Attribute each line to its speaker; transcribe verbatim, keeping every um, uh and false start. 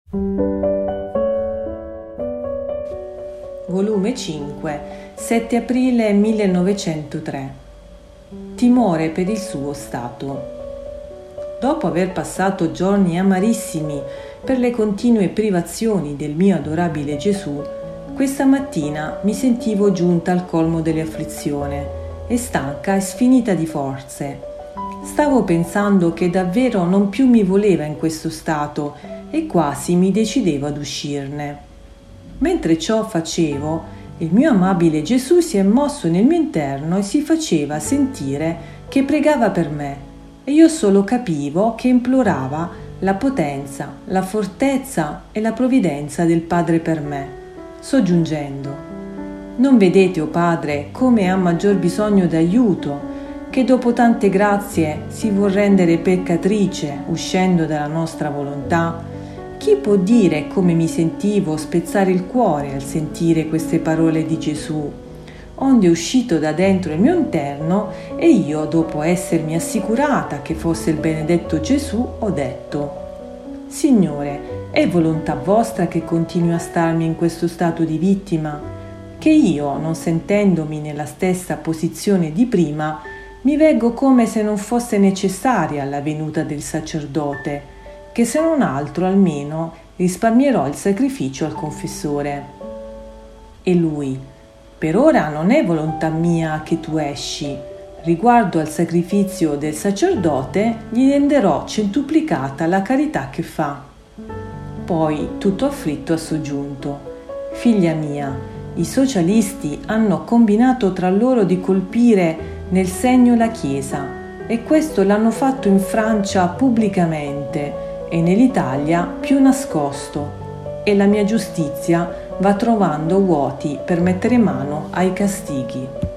Speaker 1: Volume cinque, sette aprile millenovecentotre. Timore per il suo stato. Dopo aver passato giorni amarissimi per le continue privazioni del mio adorabile Gesù, questa mattina mi sentivo giunta al colmo dell'afflizione e stanca e sfinita di forze. Stavo pensando che davvero non più mi voleva in questo stato e quasi mi decidevo ad uscirne. Mentre ciò facevo, il mio amabile Gesù si è mosso nel mio interno e si faceva sentire che pregava per me, e io solo capivo che implorava la potenza, la fortezza e la provvidenza del Padre per me, soggiungendo: «Non vedete, o Padre, come ha maggior bisogno d'aiuto, che dopo tante grazie si vuol rendere peccatrice, uscendo dalla nostra volontà? Chi può dire come mi sentivo spezzare il cuore al sentire queste parole di Gesù, onde è uscito da dentro il mio interno, e io, dopo essermi assicurata che fosse il benedetto Gesù, ho detto: Signore, è volontà vostra che continui a starmi in questo stato di vittima, che io, non sentendomi nella stessa posizione di prima, mi veggo come se non fosse necessaria la venuta del sacerdote, che se non altro almeno risparmierò il sacrificio al confessore. E lui: per ora non è volontà mia che tu esci, riguardo al sacrificio del sacerdote gli renderò centuplicata la carità che fa. Poi, tutto afflitto, ha soggiunto: figlia mia, i socialisti hanno combinato tra loro di colpire nel segno la Chiesa, e questo l'hanno fatto in Francia pubblicamente e nell'Italia più nascosto, e la mia giustizia va trovando vuoti per mettere mano ai castighi.